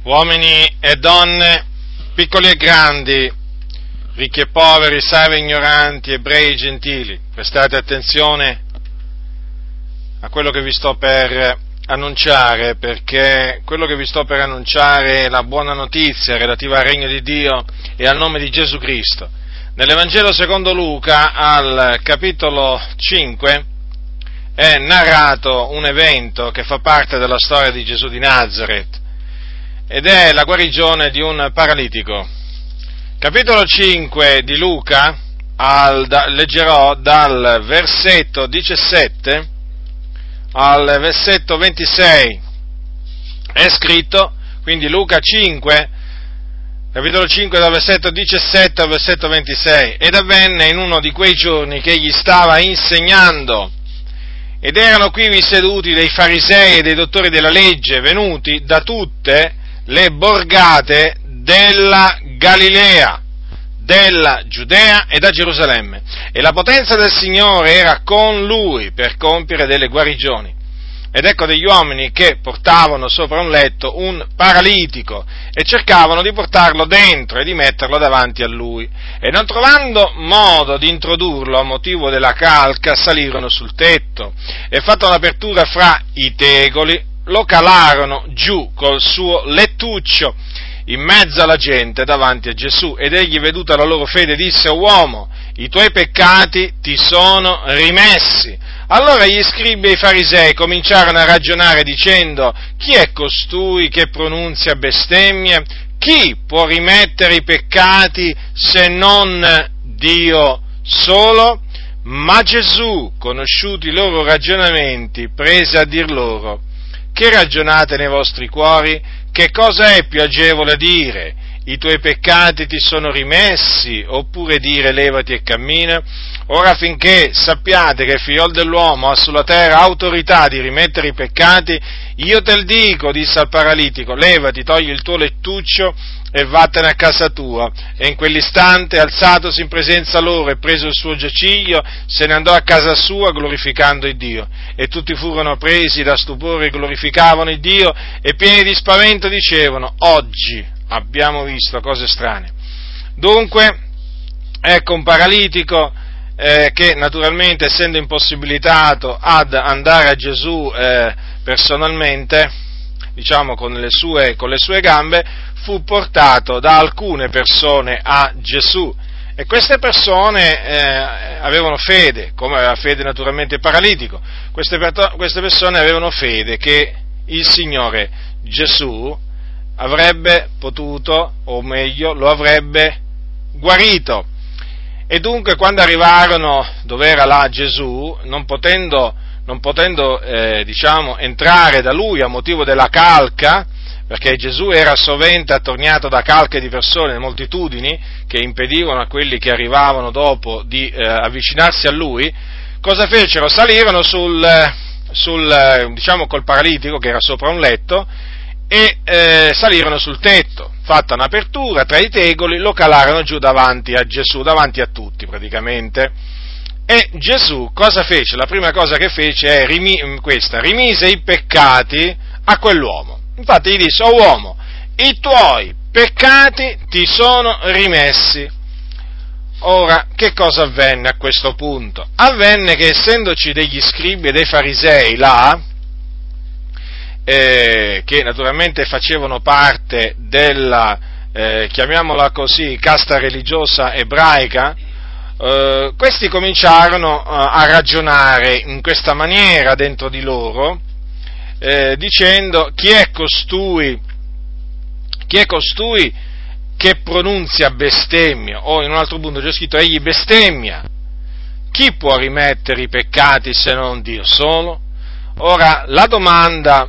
uomini e donne, piccoli e grandi, ricchi e poveri, savi e ignoranti, ebrei e gentili, prestate attenzione a quello che vi sto per annunciare, perché quello che vi sto per annunciare è la buona notizia relativa al regno di Dio e al nome di Gesù Cristo. Nell'Evangelo secondo Luca, al capitolo 5, è narrato un evento che fa parte della storia di Gesù di Nazaret, ed è la guarigione di un paralitico. Capitolo 5 di Luca, leggerò dal versetto 17 al versetto 26. È scritto, quindi Luca 5, capitolo 5 dal versetto 17 al versetto 26. Ed avvenne in uno di quei giorni che egli stava insegnando, ed erano quivi seduti dei farisei e dei dottori della legge, venuti da tutte le borgate della Galilea, della Giudea e da Gerusalemme, e la potenza del Signore era con lui per compiere delle guarigioni. Ed ecco degli uomini che portavano sopra un letto un paralitico e cercavano di portarlo dentro e di metterlo davanti a lui, e non trovando modo di introdurlo a motivo della calca, salirono sul tetto e, fatta un'apertura fra i tegoli, lo calarono giù col suo lettuccio in mezzo alla gente davanti a Gesù. Ed egli, veduta la loro fede, disse: uomo, i tuoi peccati ti sono rimessi. Allora gli scribi e i farisei cominciarono a ragionare dicendo: chi è costui che pronunzia bestemmie? Chi può rimettere i peccati se non Dio solo? Ma Gesù, conosciuti i loro ragionamenti, prese a dir loro: che ragionate nei vostri cuori? Che cosa è più agevole dire? I tuoi peccati ti sono rimessi, oppure dire levati e cammina? Ora, finché sappiate che il figliol dell'uomo ha sulla terra autorità di rimettere i peccati, io te lo dico, disse al paralitico: levati, togli il tuo lettuccio e vattene a casa tua. E in quell'istante, alzatosi in presenza loro e preso il suo giaciglio, se ne andò a casa sua glorificando il Dio. E tutti furono presi da stupore e glorificavano il Dio, e pieni di spavento dicevano: oggi abbiamo visto cose strane. Dunque, ecco un paralitico che naturalmente, essendo impossibilitato ad andare a Gesù personalmente, diciamo con le sue gambe, fu portato da alcune persone a Gesù, e queste persone avevano fede, come aveva fede naturalmente il paralitico. Queste persone avevano fede che il Signore Gesù avrebbe potuto, o meglio, lo avrebbe guarito. E dunque, quando arrivarono dove era là Gesù, non potendo entrare da lui a motivo della calca, perché Gesù era sovente attorniato da calche di persone, moltitudini, che impedivano a quelli che arrivavano dopo di avvicinarsi a lui, cosa fecero? Salirono col paralitico che era sopra un letto, e salirono sul tetto, fatta un'apertura tra i tegoli, lo calarono giù davanti a Gesù, davanti a tutti praticamente. E Gesù cosa fece? La prima cosa che fece è rimise i peccati a quell'uomo. Infatti gli disse: oh uomo, i tuoi peccati ti sono rimessi. Ora, che cosa avvenne a questo punto? Avvenne che, essendoci degli scribi e dei farisei là, che naturalmente facevano parte della, chiamiamola così, casta religiosa ebraica, questi cominciarono a ragionare in questa maniera dentro di loro, dicendo: chi è costui che pronunzia bestemmia? O in un altro punto c'è scritto: egli bestemmia. Chi può rimettere i peccati se non Dio solo? Ora, la domanda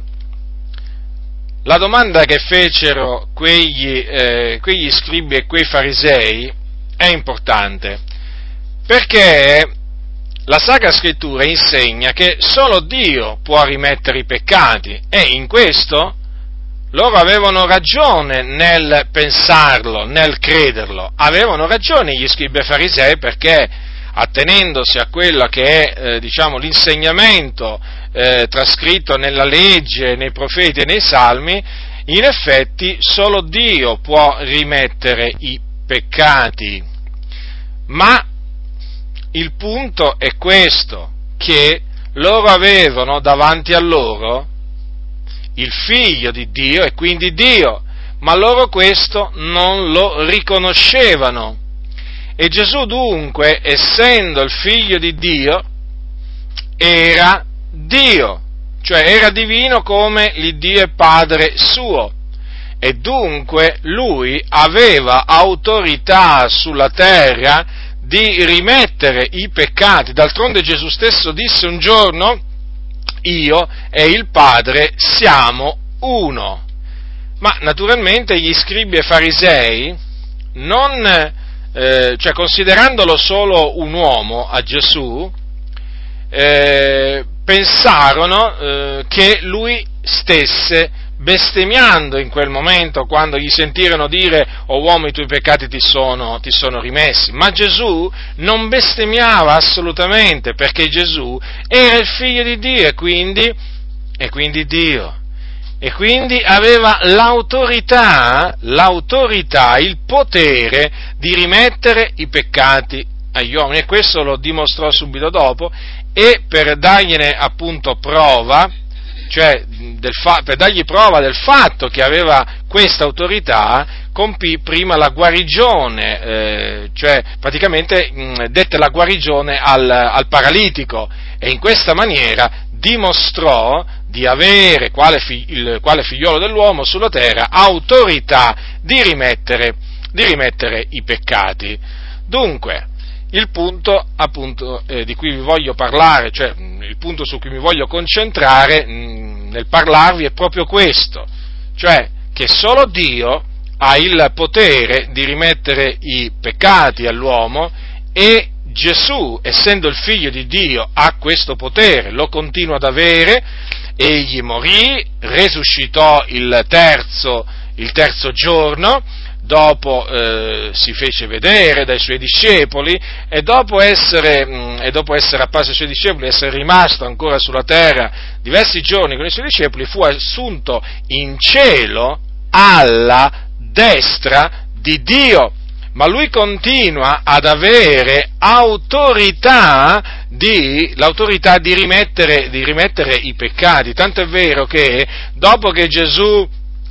che fecero quegli scribi e quei farisei è importante, perché la Sacra Scrittura insegna che solo Dio può rimettere i peccati, e in questo loro avevano ragione nel pensarlo, nel crederlo. Avevano ragione gli scribi e farisei, perché attenendosi a quello che è l'insegnamento trascritto nella legge, nei profeti e nei salmi, In effetti solo Dio può rimettere i peccati, ma il punto è questo, che loro avevano davanti a loro il Figlio di Dio e quindi Dio, ma loro questo non lo riconoscevano. E Gesù dunque, essendo il Figlio di Dio, era Dio, cioè era divino come l'Iddio e Padre suo, e dunque Lui aveva autorità sulla terra di rimettere i peccati. D'altronde Gesù stesso disse un giorno: io e il Padre siamo uno. Ma naturalmente gli scribi e farisei, considerandolo solo un uomo, a Gesù, pensarono che lui stesse bestemmiando in quel momento, quando gli sentirono dire: o uomo, i tuoi peccati ti sono rimessi. Ma Gesù non bestemmiava assolutamente, perché Gesù era il Figlio di Dio e quindi Dio. E quindi aveva l'autorità, il potere di rimettere i peccati agli uomini, e questo lo dimostrò subito dopo, e per dargliene appunto prova, per dargli prova del fatto che aveva questa autorità, compì prima la guarigione, dette la guarigione al paralitico, e in questa maniera dimostrò di avere, quale figliolo dell'uomo sulla terra, autorità di rimettere i peccati. Dunque, il punto appunto di cui vi voglio parlare, cioè il punto su cui mi voglio concentrare nel parlarvi è proprio questo, cioè che solo Dio ha il potere di rimettere i peccati all'uomo, e Gesù, essendo il Figlio di Dio, ha questo potere, lo continua ad avere. Egli morì, resuscitò il terzo giorno, dopo si fece vedere dai suoi discepoli, e dopo essere apparso ai suoi discepoli, essere rimasto ancora sulla terra diversi giorni con i suoi discepoli, fu assunto in cielo alla destra di Dio. Ma lui continua ad avere l'autorità di rimettere i peccati, tanto è vero che dopo che Gesù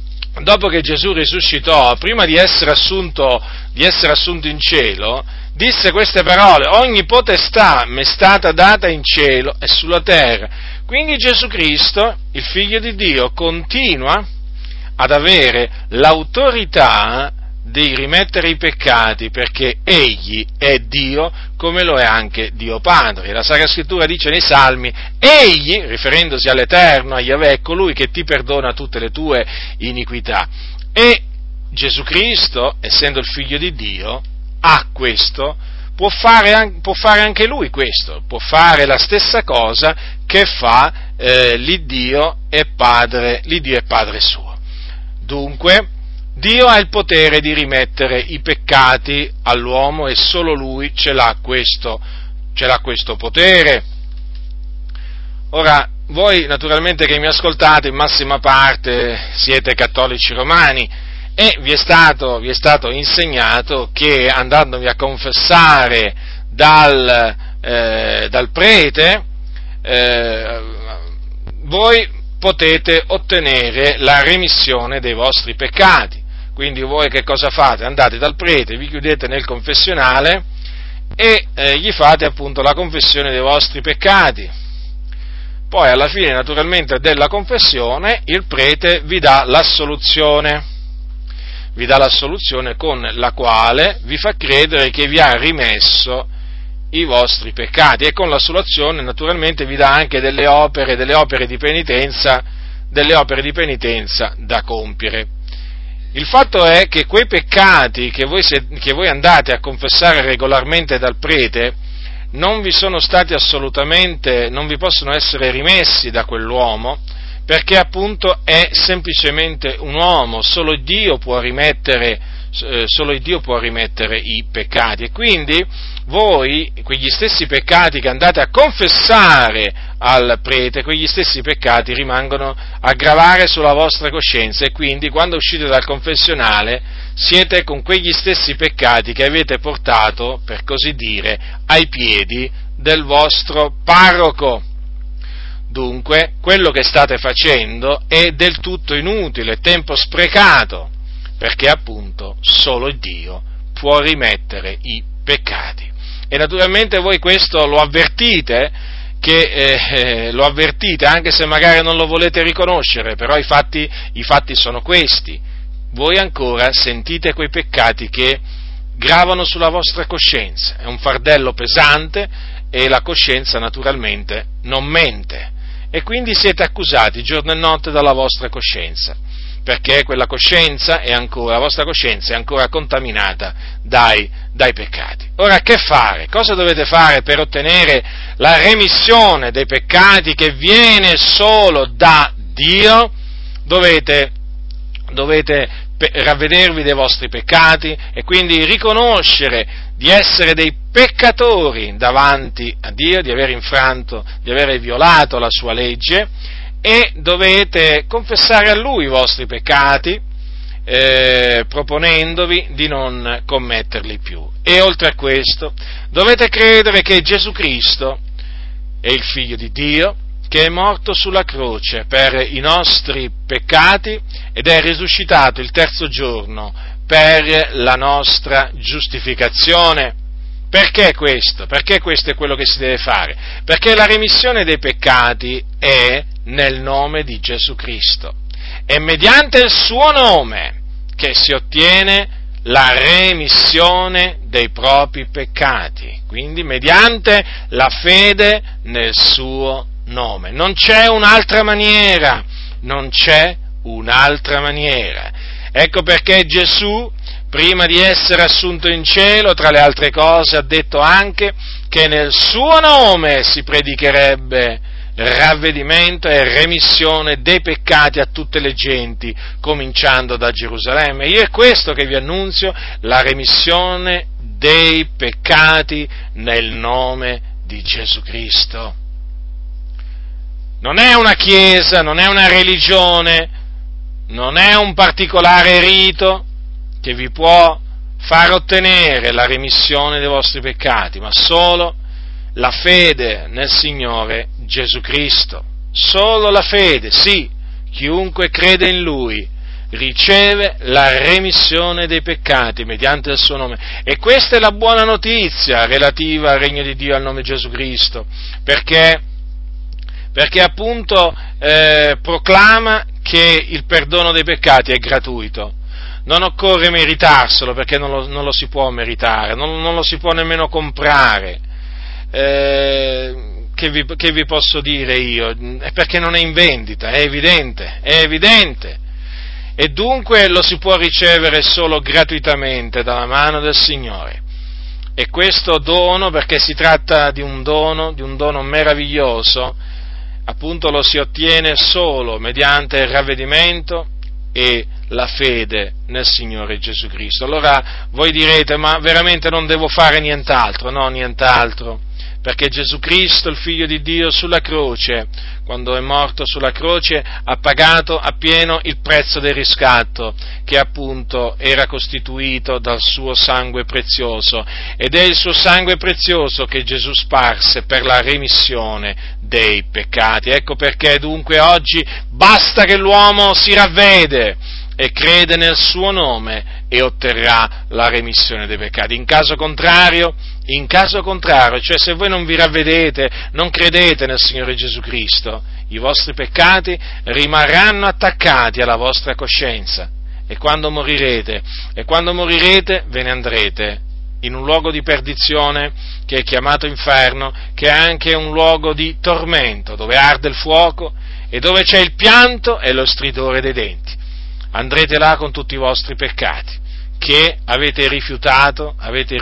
risuscitò, prima di essere assunto in cielo, disse queste parole: ogni potestà mi è stata data in cielo e sulla terra. Quindi Gesù Cristo, il Figlio di Dio, continua ad avere l'autorità di rimettere i peccati, perché Egli è Dio, come lo è anche Dio Padre. La Sacra Scrittura dice nei Salmi: Egli, riferendosi all'Eterno, a Yahweh, è colui che ti perdona tutte le tue iniquità. E Gesù Cristo, essendo il Figlio di Dio, ha questo, può fare anche Lui questo, può fare la stessa cosa che fa l'Iddio e Padre suo. Dunque, Dio ha il potere di rimettere i peccati all'uomo, e solo Lui ce l'ha questo potere. Ora, voi naturalmente che mi ascoltate, in massima parte siete cattolici romani, e vi è stato insegnato che, andandovi a confessare dal prete, voi potete ottenere la remissione dei vostri peccati. Quindi voi che cosa fate? Andate dal prete, vi chiudete nel confessionale e gli fate appunto la confessione dei vostri peccati. Poi alla fine naturalmente della confessione il prete vi dà l'assoluzione con la quale vi fa credere che vi ha rimesso i vostri peccati, e con l'assoluzione naturalmente vi dà anche delle opere di penitenza da compiere. Il fatto è che quei peccati che voi andate a confessare regolarmente dal prete non vi possono essere rimessi da quell'uomo, perché appunto è semplicemente un uomo. Solo Dio può rimettere i peccati, e quindi voi, quegli stessi peccati che andate a confessare al prete, quegli stessi peccati rimangono a gravare sulla vostra coscienza, e quindi quando uscite dal confessionale siete con quegli stessi peccati che avete portato, per così dire, ai piedi del vostro parroco. Dunque, quello che state facendo è del tutto inutile, tempo sprecato, perché appunto solo Dio può rimettere i peccati. E naturalmente voi questo lo avvertite, lo avvertite, anche se magari non lo volete riconoscere, però i fatti sono questi. Voi ancora sentite quei peccati che gravano sulla vostra coscienza, è un fardello pesante e la coscienza naturalmente non mente, e quindi siete accusati giorno e notte dalla vostra coscienza, perché la vostra coscienza è ancora contaminata dai peccati. Ora, che fare? Cosa dovete fare per ottenere la remissione dei peccati che viene solo da Dio? Dovete ravvedervi dei vostri peccati e quindi riconoscere di essere dei peccatori davanti a Dio, di aver infranto, di aver violato la sua legge, e dovete confessare a Lui i vostri peccati, proponendovi di non commetterli più. E oltre a questo dovete credere che Gesù Cristo è il Figlio di Dio, che è morto sulla croce per i nostri peccati ed è risuscitato il terzo giorno per la nostra giustificazione. Perché questo? Perché questo è quello che si deve fare? Perché la remissione dei peccati è nel nome di Gesù Cristo. È mediante il suo nome che si ottiene la remissione dei propri peccati, quindi mediante la fede nel suo nome. Non c'è un'altra maniera, non c'è un'altra maniera. Ecco perché Gesù, prima di essere assunto in cielo, tra le altre cose, ha detto anche che nel suo nome si predicherebbe ravvedimento e remissione dei peccati a tutte le genti, cominciando da Gerusalemme. Io è questo che vi annunzio, la remissione dei peccati nel nome di Gesù Cristo. Non è una chiesa, non è una religione, non è un particolare rito che vi può far ottenere la remissione dei vostri peccati, ma solo la fede nel Signore Gesù Cristo. Solo la fede, sì, chiunque crede in Lui riceve la remissione dei peccati mediante il suo nome. E questa è la buona notizia relativa al regno di Dio, al nome Gesù Cristo, perché appunto proclama che il perdono dei peccati è gratuito. Non occorre meritarselo, perché non lo si può meritare, non lo si può nemmeno comprare. Che vi posso dire io? È perché non è in vendita, è evidente. E dunque lo si può ricevere solo gratuitamente dalla mano del Signore. E questo dono, perché si tratta di un dono meraviglioso, appunto lo si ottiene solo mediante il ravvedimento e la fede nel Signore Gesù Cristo. Allora voi direte, ma veramente non devo fare nient'altro? No, nient'altro, perché Gesù Cristo, il Figlio di Dio, sulla croce, quando è morto sulla croce, ha pagato appieno il prezzo del riscatto, che appunto era costituito dal suo sangue prezioso, ed è il suo sangue prezioso che Gesù sparse per la remissione dei peccati. Ecco perché dunque oggi basta che l'uomo si ravvede e crede nel suo nome e otterrà la remissione dei peccati. In caso contrario, cioè se voi non vi ravvedete, non credete nel Signore Gesù Cristo, i vostri peccati rimarranno attaccati alla vostra coscienza, e quando morirete ve ne andrete in un luogo di perdizione che è chiamato inferno, che è anche un luogo di tormento, dove arde il fuoco e dove c'è il pianto e lo stridore dei denti. Andrete là con tutti i vostri peccati, che avete rifiutato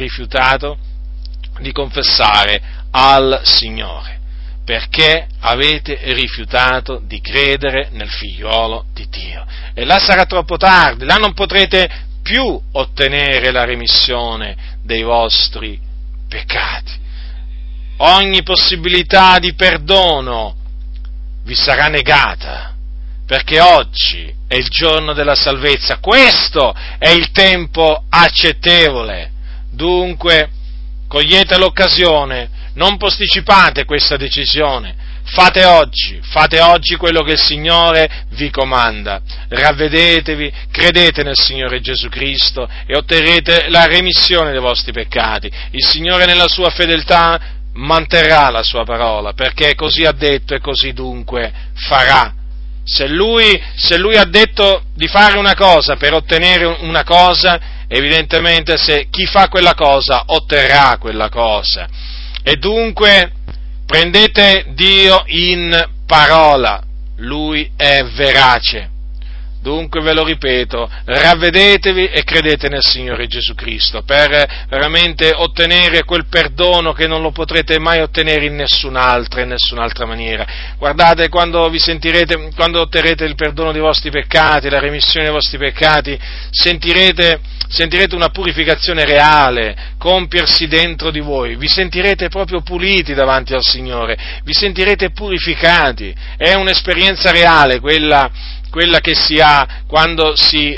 di confessare al Signore, perché avete rifiutato di credere nel Figliuolo di Dio. E là sarà troppo tardi, là non potrete più ottenere la remissione dei vostri peccati. ogni possibilità di perdono vi sarà negata, perché oggi è il giorno della salvezza, questo è il tempo accettevole. Dunque, cogliete l'occasione, non posticipate questa decisione, fate oggi quello che il Signore vi comanda, ravvedetevi, credete nel Signore Gesù Cristo e otterrete la remissione dei vostri peccati. Il Signore nella sua fedeltà manterrà la sua parola, perché così ha detto e così dunque farà. Se lui ha detto di fare una cosa per ottenere una cosa, evidentemente chi fa quella cosa otterrà quella cosa. E dunque prendete Dio in parola, Lui è verace. Dunque ve lo ripeto, ravvedetevi e credete nel Signore Gesù Cristo per veramente ottenere quel perdono che non lo potrete mai ottenere in nessun'altra maniera. Guardate, quando otterrete il perdono dei vostri peccati, la remissione dei vostri peccati, sentirete una purificazione reale compiersi dentro di voi, vi sentirete proprio puliti davanti al Signore, vi sentirete purificati, è un'esperienza reale quella che si ha quando si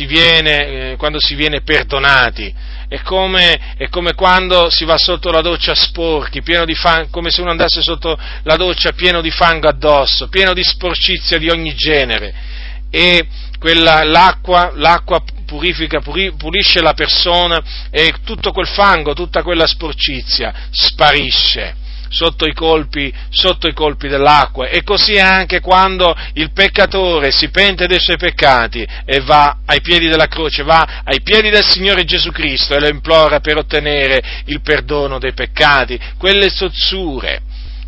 viene perdonati. È come quando si va sotto la doccia sporchi, pieno di fango, come se uno andasse sotto la doccia pieno di fango addosso, pieno di sporcizia di ogni genere. E l'acqua pulisce la persona e tutto quel fango, tutta quella sporcizia sparisce sotto i colpi dell'acqua. E così anche quando il peccatore si pente dei suoi peccati e va ai piedi della croce, va ai piedi del Signore Gesù Cristo e lo implora per ottenere il perdono dei peccati, quelle zozzure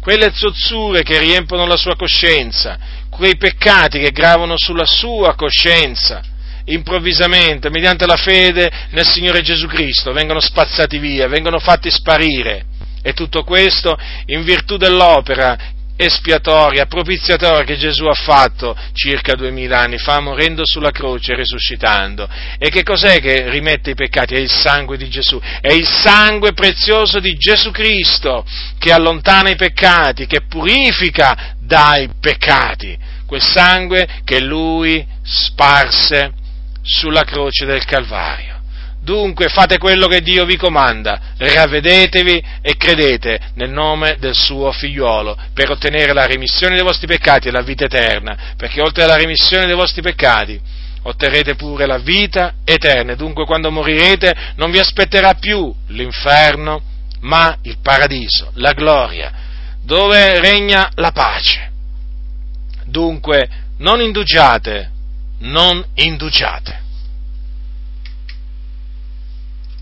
che riempiono la sua coscienza, quei peccati che gravano sulla sua coscienza, improvvisamente, mediante la fede nel Signore Gesù Cristo, vengono spazzati via, vengono fatti sparire. E tutto questo in virtù dell'opera espiatoria, propiziatoria che Gesù ha fatto circa 2000 anni fa, morendo sulla croce e risuscitando. E che cos'è che rimette i peccati? È il sangue di Gesù, è il sangue prezioso di Gesù Cristo che allontana i peccati, che purifica dai peccati, quel sangue che Lui sparse sulla croce del Calvario. Dunque fate quello che Dio vi comanda, ravvedetevi e credete nel nome del suo figliuolo per ottenere la remissione dei vostri peccati e la vita eterna, perché oltre alla remissione dei vostri peccati otterrete pure la vita eterna. Dunque quando morirete non vi aspetterà più l'inferno, ma il paradiso, la gloria, dove regna la pace. Dunque non indugiate.